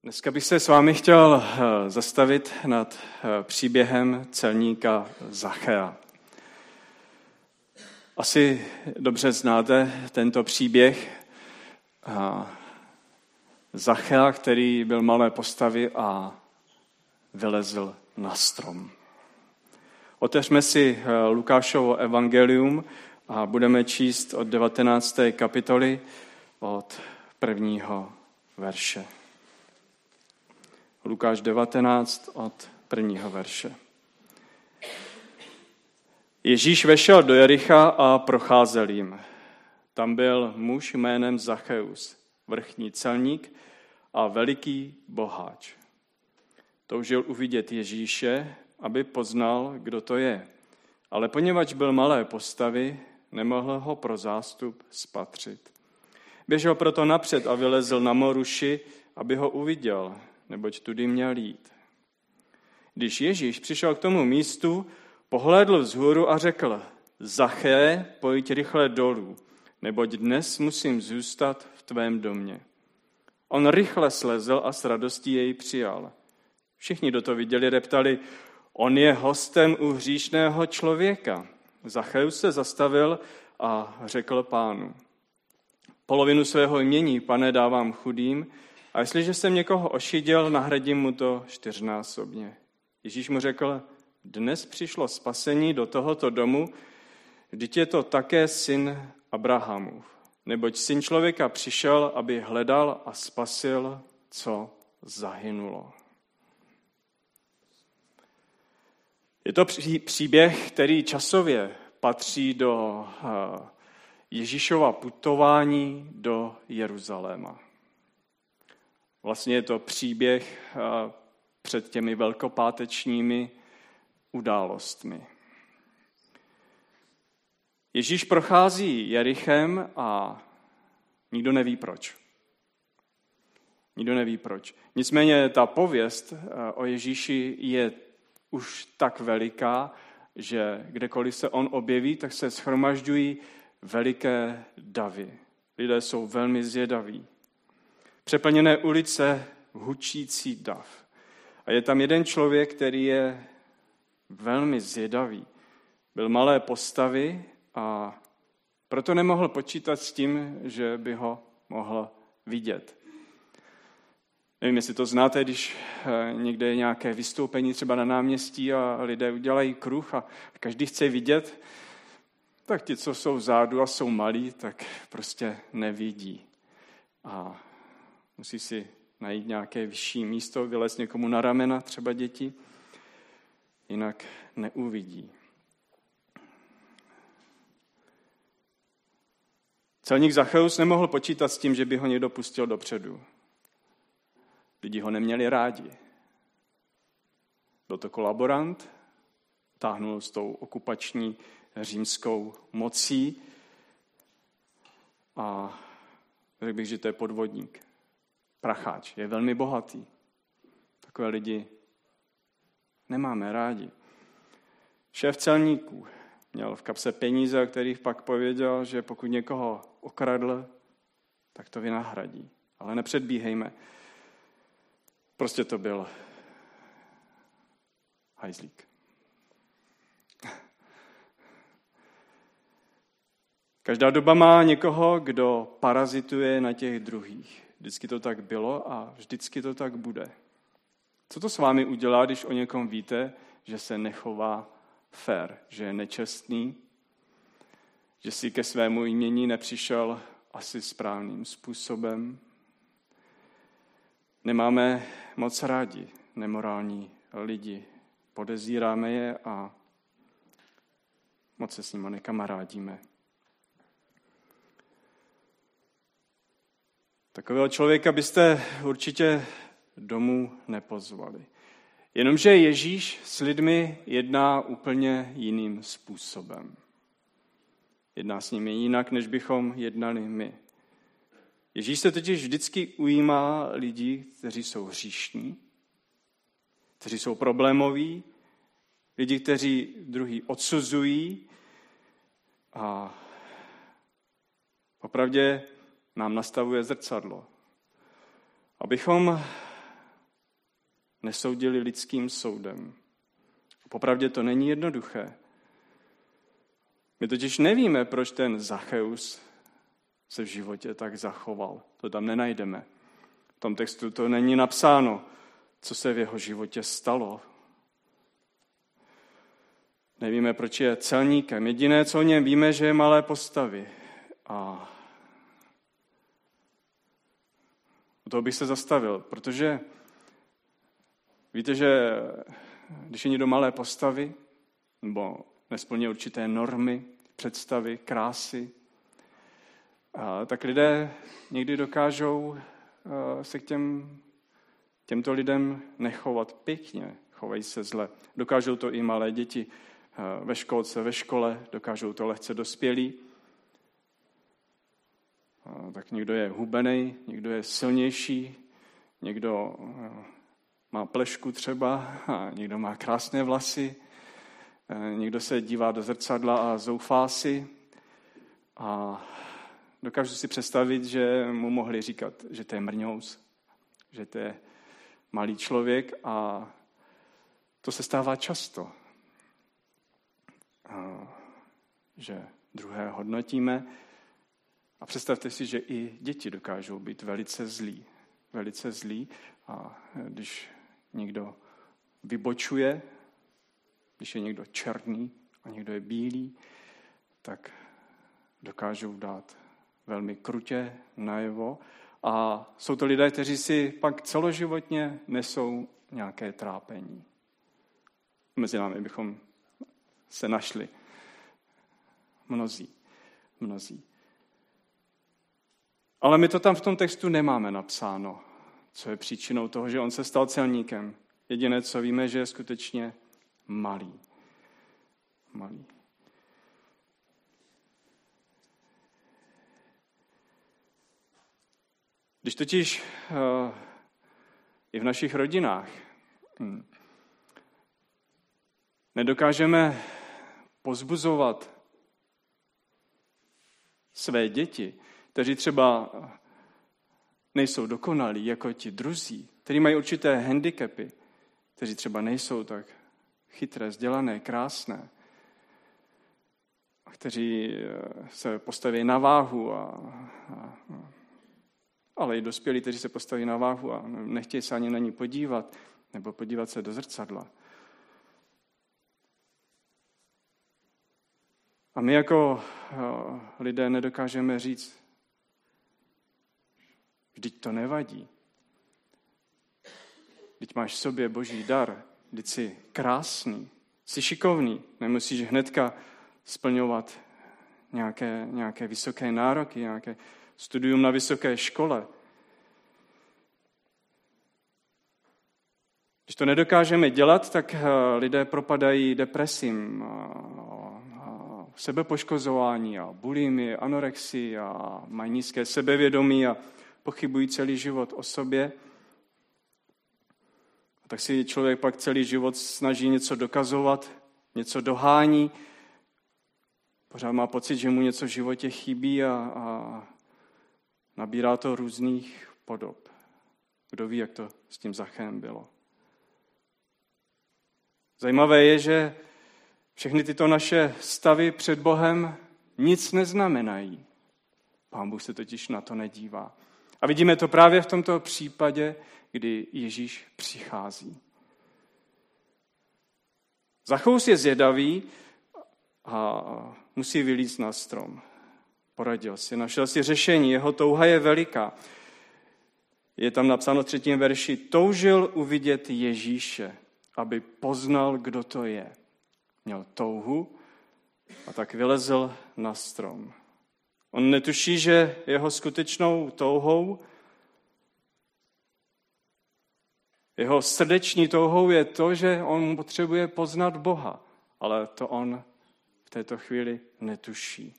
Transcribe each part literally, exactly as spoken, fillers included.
Dneska bych se s vámi chtěl zastavit nad příběhem celníka Zachea. Asi dobře znáte tento příběh Zachea, který byl malé postavy a vylezl na strom. Otevřme si Lukášovo evangelium a budeme číst od devatenácté kapitoly od prvního verše. Lukáš devatenáct od prvního verše. Ježíš vešel do Jericha a procházel jim. Tam byl muž jménem Zacheus, vrchní celník a veliký boháč. Toužil uvidět Ježíše, aby poznal, kdo to je. Ale poněvadž byl malé postavy, nemohl ho pro zástup spatřit. Běžel proto napřed a vylezl na moruši, aby ho uviděl, neboť tudy měl jít. Když Ježíš přišel k tomu místu, pohlédl vzhůru a řekl: Zaché, pojď rychle dolů, neboť dnes musím zůstat v tvém domě. On rychle slezl a s radostí jej přijal. Všichni, kdo to viděli, reptali: on je hostem u hříšného člověka. Zacheus se zastavil a řekl Pánu: polovinu svého jmění, Pane, dávám chudým, a jestliže jsem někoho ošidil, nahradím mu to čtyřnásobně. Ježíš mu řekl: dnes přišlo spasení do tohoto domu, vždyť je to také syn Abrahamův. Neboť syn člověka přišel, aby hledal a spasil, co zahynulo. Je to příběh, který časově patří do Ježíšova putování do Jeruzaléma. Vlastně je to příběh před těmi velkopátečními událostmi. Ježíš prochází Jerichem a nikdo neví proč. Nikdo neví proč. Nicméně ta pověst o Ježíši je už tak veliká, že kdekoliv se on objeví, tak se shromažďují veliké davy. Lidé jsou velmi zvědaví. Přeplněné ulice, hučící dav. A je tam jeden člověk, který je velmi zvědavý. Byl malé postavy a proto nemohl počítat s tím, že by ho mohl vidět. Nevím, jestli to znáte, když někde je nějaké vystoupení třeba na náměstí a lidé udělají kruh a každý chce vidět, tak ti, co jsou vzadu a jsou malí, tak prostě nevidí. A musí si najít nějaké vyšší místo, vylézt někomu na ramena, třeba děti, jinak neuvidí. Celník Zacheus nemohl počítat s tím, že by ho někdo pustil dopředu. Lidi ho neměli rádi. Byl to kolaborant, táhnul s tou okupační římskou mocí a řekl bych, že to je podvodník. Pracháč, je velmi bohatý. Takové lidi nemáme rádi. Šéf celníků měl v kapse peníze, o kterých pak pověděl, že pokud někoho okradl, tak to vynahradí. Ale nepředbíhejme. Prostě to byl hajzlík. Každá doba má někoho, kdo parazituje na těch druhých. Vždycky to tak bylo a vždycky to tak bude. Co to s vámi udělá, když o někom víte, že se nechová fér, že je nečestný, že si ke svému jmění nepřišel asi správným způsobem? Nemáme moc rádi nemorální lidi. Podezíráme je a moc se s nimi nekamarádíme. Takového člověka byste určitě domů nepozvali. Jenomže Ježíš s lidmi jedná úplně jiným způsobem. Jedná s nimi jinak, než bychom jednali my. Ježíš se totiž vždycky ujímá lidí, kteří jsou hříšní, kteří jsou problémoví, lidi, kteří druhý odsuzují a popravdě nám nastavuje zrcadlo. Abychom nesoudili lidským soudem. Popravdě to není jednoduché. My totiž nevíme, proč ten Zacheus se v životě tak zachoval. To tam nenajdeme. V tom textu to není napsáno, co se v jeho životě stalo. Nevíme, proč je celníkem. Jediné, co o něm víme, že je malé postavy. A u toho bych se zastavil, protože víte, že když je někdo malé postavy, nebo nesplňuje určité normy, představy, krásy, tak lidé někdy dokážou se k těm, těmto lidem nechovat pěkně, chovají se zle. Dokážou to i malé děti ve školce, ve škole, dokážou to lehce dospělí. Tak někdo je hubenej, někdo je silnější, někdo má plešku třeba, a někdo má krásné vlasy, někdo se dívá do zrcadla a zoufá si. A dokážu si představit, že mu mohli říkat, že to je mrňous, že to je malý člověk a to se stává často. A že druhé hodnotíme a představte si, že i děti dokážou být velice zlí. Velice zlí a když někdo vybočuje, když je někdo černý a někdo je bílý, tak dokážou dát velmi krutě najevo. A jsou to lidé, kteří si pak celoživotně nesou nějaké trápení. Mezi námi bychom se našli. Mnozí. Mnozí. Ale my to tam v tom textu nemáme napsáno, co je příčinou toho, že on se stal celníkem. Jediné, co víme, že je skutečně malý. Malý. Když totiž uh, i v našich rodinách hm, nedokážeme pozbuzovat své děti, kteří třeba nejsou dokonalí jako ti druzí, kteří mají určité handicapy, kteří třeba nejsou tak chytré, vzdělané, krásné, kteří se postaví na váhu, a, a, ale i dospělí, kteří se postaví na váhu a nechtějí se ani na ní podívat, nebo podívat se do zrcadla. A my jako lidé nedokážeme říct, vždyť to nevadí. Vždyť máš v sobě boží dar, vždyť jsi krásný, jsi šikovný, nemusíš hnedka splňovat nějaké, nějaké vysoké nároky, nějaké studium na vysoké škole. Když to nedokážeme dělat, tak lidé propadají depresím, sebepoškozování a bulimy, anorexii a mají nízké sebevědomí a pochybují celý život o sobě. A tak si člověk pak celý život snaží něco dokazovat, něco dohání, pořád má pocit, že mu něco v životě chybí a, a nabírá to různých podob. Kdo ví, jak to s tím Zachem bylo. Zajímavé je, že všechny tyto naše stavy před Bohem nic neznamenají. Pán Bůh se totiž na to nedívá. A vidíme to právě v tomto případě, kdy Ježíš přichází. Zacheus je zvědavý a musí vylízt na strom. Poradil si, našel si řešení, jeho touha je veliká. Je tam napsáno v třetím verši, toužil uvidět Ježíše, aby poznal, kdo to je. Měl touhu a tak vylezl na strom. On netuší, že jeho skutečnou touhou, jeho srdeční touhou je to, že on potřebuje poznat Boha, ale to on v této chvíli netuší.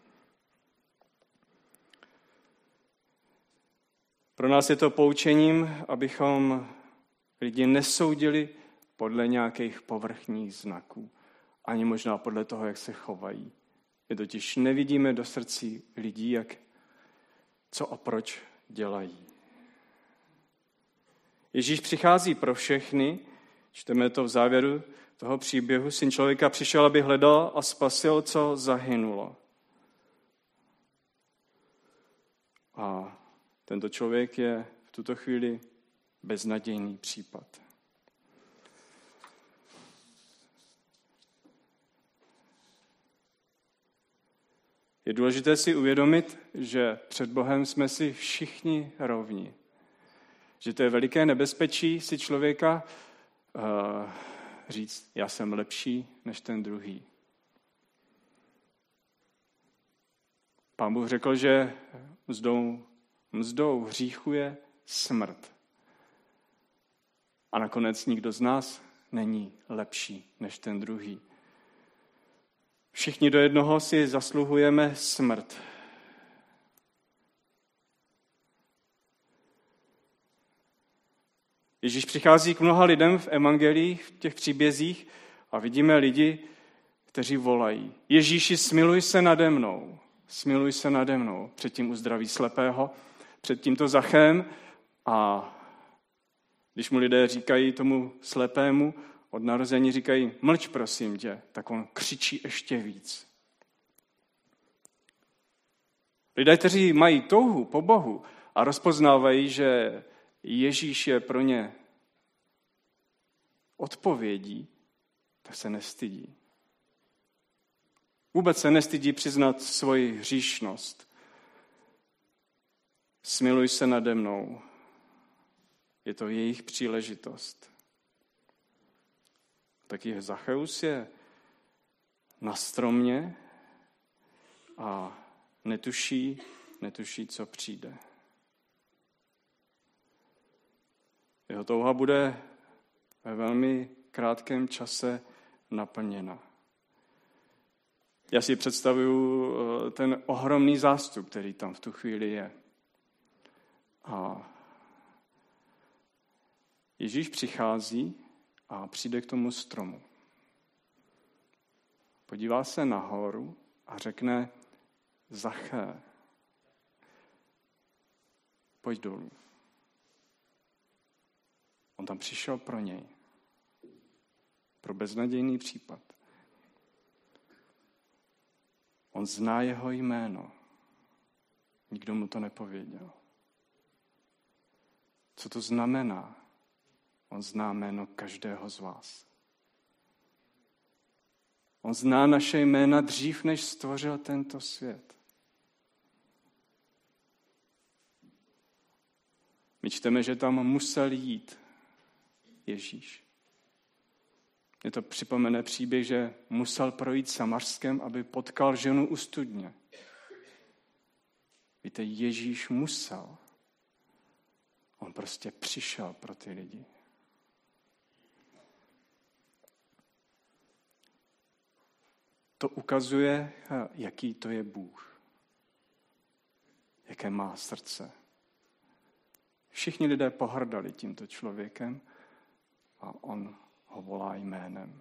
Pro nás je to poučením, abychom lidi nesoudili podle nějakých povrchních znaků, ani možná podle toho, jak se chovají. My totiž nevidíme do srdcí lidí, jak, co a proč dělají. Ježíš přichází pro všechny, čteme to v závěru toho příběhu, Syn člověka přišel, aby hledal a spasil, co zahynulo. A tento člověk je v tuto chvíli beznadějný případ. Je důležité si uvědomit, že před Bohem jsme si všichni rovni. Že to je veliké nebezpečí si člověka uh, říct, já jsem lepší než ten druhý. Pán Bůh řekl, že mzdou, mzdou hříchu je smrt. A nakonec nikdo z nás není lepší než ten druhý. Všichni do jednoho si zasluhujeme smrt. Ježíš přichází k mnoha lidem v evangelích, v těch příbězích a vidíme lidi, kteří volají. Ježíši, smiluj se nade mnou. Smiluj se nade mnou. Předtím uzdraví slepého, před tímto Zachem a když mu lidé říkají tomu slepému, od narození říkají, mlč prosím tě, tak on křičí ještě víc. Lidé, kteří mají touhu po Bohu a rozpoznávají, že Ježíš je pro ně odpovědí, tak se nestydí. Vůbec se nestydí přiznat svoji hříšnost. Smiluj se nade mnou. Je to jejich příležitost. Taky Zacheus je na stromě a netuší, netuší, co přijde. Jeho touha bude ve velmi krátkém čase naplněna. Já si představuju ten ohromný zástup, který tam v tu chvíli je. A Ježíš přichází a přijde k tomu stromu. Podívá se nahoru a řekne, Zaché, pojď dolů. On tam přišel pro něj. Pro beznadějný případ. On zná jeho jméno. Nikdo mu to nepověděl. Co to znamená? On zná jméno každého z vás. On zná naše jména dřív, než stvořil tento svět. My čteme, že tam musel jít Ježíš. Mně to připomene příběh, že musel projít Samařskem, aby potkal ženu u studně. Víte, Ježíš musel. On prostě přišel pro ty lidi. To ukazuje, jaký to je Bůh. Jaké má srdce. Všichni lidé pohrdali tímto člověkem a on ho volá jménem.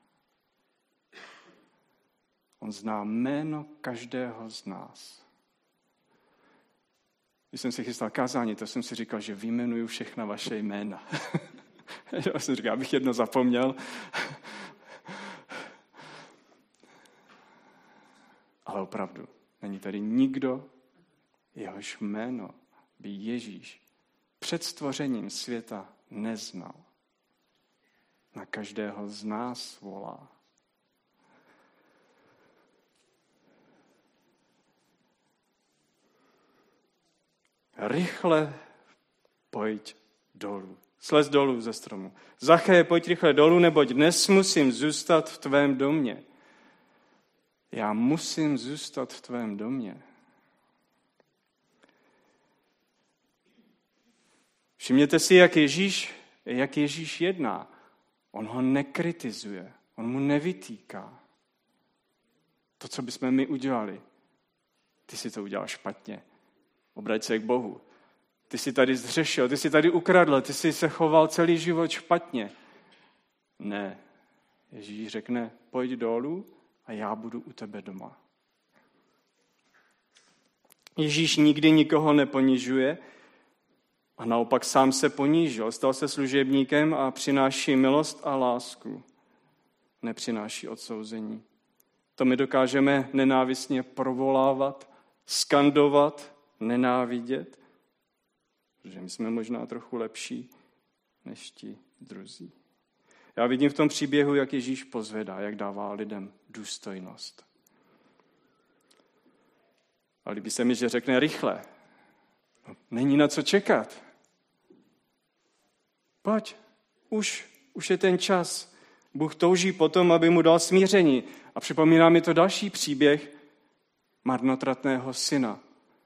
On zná jméno každého z nás. Když jsem si chystal kázání, to jsem si říkal, že vyjmenuju všechna vaše jména. Já jsem říkal, abych jedno zapomněl. Ale opravdu, není tady nikdo, jehož jméno by Ježíš před stvořením světa neznal. Na každého z nás volá. Rychle pojď dolů. Slez dolů ze stromu. Zaché, pojď rychle dolů, neboť dnes musím zůstat v tvém domě. Já musím zůstat v tvém domě. Všimněte si, jak Ježíš, jak Ježíš jedná. On ho nekritizuje, on mu nevytýká. To, co bychom my udělali. Ty si to udělal špatně. Obrať se k Bohu. Ty jsi tady zřešil, ty jsi tady ukradl, ty jsi se choval celý život špatně. Ne. Ježíš řekne, pojď dolů a já budu u tebe doma. Ježíš nikdy nikoho neponižuje, A naopak sám se ponížil, stal se služebníkem a přináší milost a lásku. Nepřináší odsouzení. To my dokážeme nenávistně provolávat, skandovat, nenávidět, protože my jsme možná trochu lepší než ti druzí. Já vidím v tom příběhu, jak Ježíš pozvedá, jak dává lidem důstojnost. A líbí se mi, že řekne rychle. No, není na co čekat. Pojď, už, už je ten čas. Bůh touží potom, aby mu dal smíření. A připomíná mi to další příběh marnotratného syna,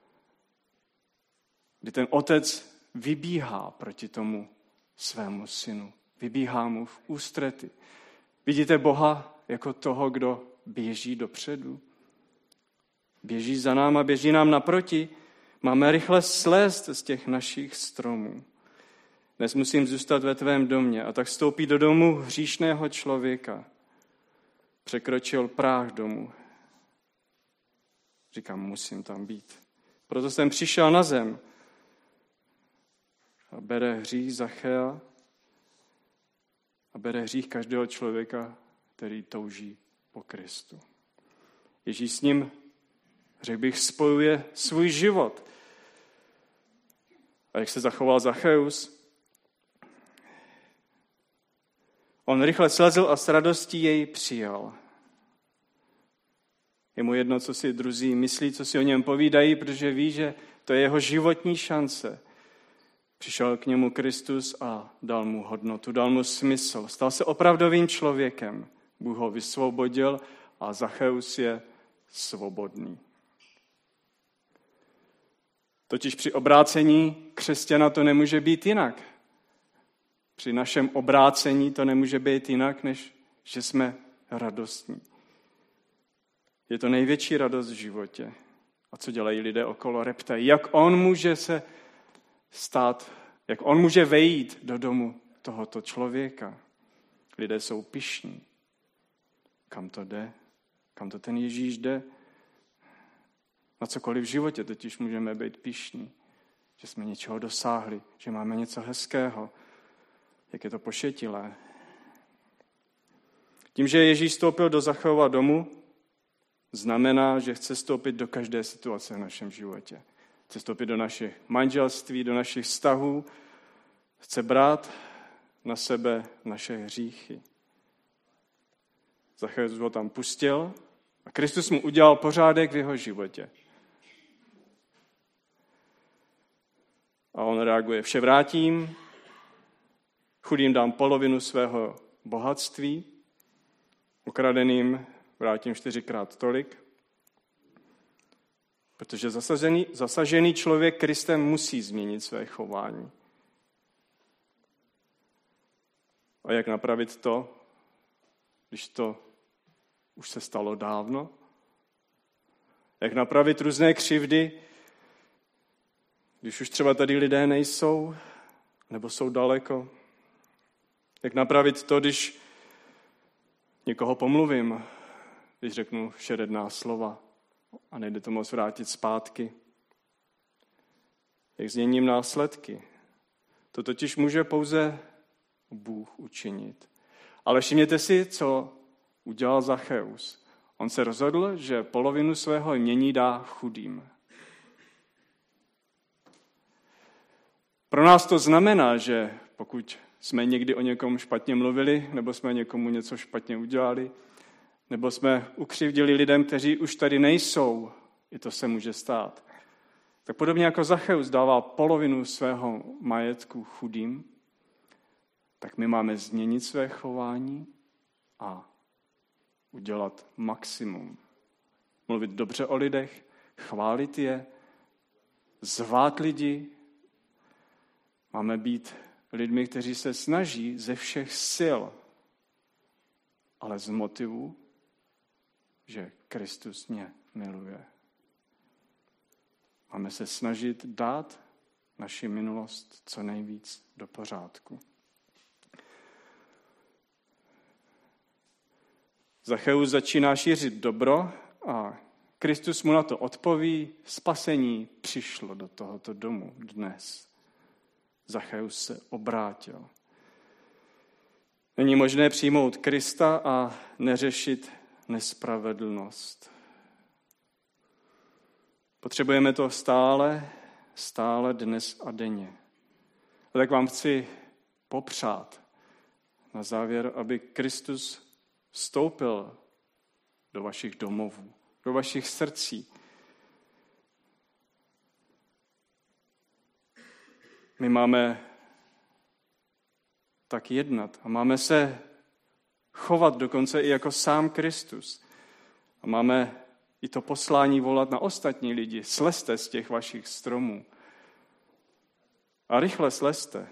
kdy ten otec vybíhá proti tomu svému synu. Vybíhá mu v ústrety. Vidíte Boha jako toho, kdo běží dopředu. Běží za náma, běží nám naproti. Máme rychle slézt z těch našich stromů. Dnes musím zůstat ve tvém domě. A tak vstoupí do domu hříšného člověka. Překročil práh domu. Říkám, musím tam být. Proto jsem přišel na zem. A bere hřích Zachea a bere hřích každého člověka, který touží po Kristu. Ježíš s ním, řekl bych, spojuje svůj život. A jak se zachoval Zacheus? On rychle slezl a s radostí jej přijal. Je mu jedno, co si druzí myslí, co si o něm povídají, protože ví, že to je jeho životní šance. Přišel k němu Kristus a dal mu hodnotu, dal mu smysl. Stal se opravdovým člověkem. Bůh ho vysvobodil a Zacheus je svobodný. Totiž při obrácení křesťana to nemůže být jinak. Při našem obrácení to nemůže být jinak, než že jsme radostní. Je to největší radost v životě. A co dělají lidé okolo? Reptají, jak on může se stát, jak on může vejít do domu tohoto člověka. Lidé jsou pyšní. Kam to jde? Kam to ten Ježíš jde? Na cokoliv v životě totiž můžeme být pyšní. Že jsme něčeho dosáhli, že máme něco hezkého. Jak je to pošetilé. Tím, že Ježíš vstoupil do Zacheova domu, znamená, že chce vstoupit do každé situace v našem životě. Chce vstoupit do našich manželství, do našich vztahů. Chce brát na sebe naše hříchy. Zacheus ho tam pustil a Kristus mu udělal pořádek v jeho životě. A on reaguje, vše vrátím, chudým dám polovinu svého bohatství, ukradeným vrátím čtyřikrát tolik, protože zasažený, zasažený člověk Kristem musí změnit své chování. A jak napravit to, když to už se stalo dávno? Jak napravit různé křivdy, když už třeba tady lidé nejsou, nebo jsou daleko? Jak napravit to, když někoho pomluvím, když řeknu šeredná slova a nejde to moc vrátit zpátky? Jak změním následky? To totiž může pouze Bůh učinit. Ale všimněte si, co udělal Zacheus. On se rozhodl, že polovinu svého jmění dá chudým. Pro nás to znamená, že pokud jsme někdy o někom špatně mluvili, nebo jsme někomu něco špatně udělali, nebo jsme ukřivdili lidem, kteří už tady nejsou, i to se může stát, tak podobně jako Zacheus dává polovinu svého majetku chudým, tak my máme změnit své chování a udělat maximum. Mluvit dobře o lidech, chválit je, zvát lidi. Máme být lidmi, kteří se snaží ze všech sil, ale z motivu, že Kristus mě miluje. Máme se snažit dát naši minulost co nejvíc do pořádku. Zacheus začíná šířit dobro a Kristus mu na to odpoví, spasení přišlo do tohoto domu dnes. Zacheus se obrátil. Není možné přijmout Krista a neřešit nespravedlnost. Potřebujeme to stále, stále dnes a denně. A tak vám chci popřát na závěr, aby Kristus vstoupil do vašich domovů, do vašich srdcí. My máme tak jednat a máme se chovat dokonce i jako sám Kristus. A máme i to poslání volat na ostatní lidi. Slezte z těch vašich stromů. A rychle slezte.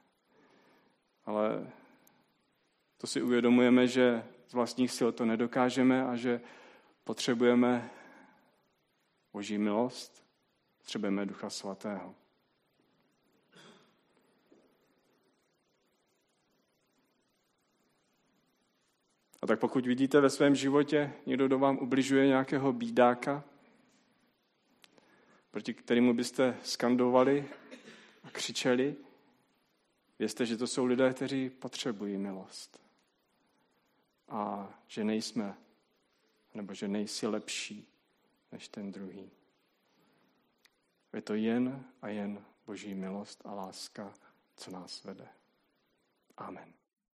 Ale to si uvědomujeme, že z vlastních sil to nedokážeme a že potřebujeme Boží milost, potřebujeme Ducha Svatého. A tak pokud vidíte ve svém životě někdo, kdo vám ubližuje, nějakého bídáka, proti kterému byste skandovali a křičeli, vězte, že to jsou lidé, kteří potřebují milost. A že nejsme, nebo že nejsi lepší než ten druhý. Je to jen a jen Boží milost a láska, co nás vede. Amen.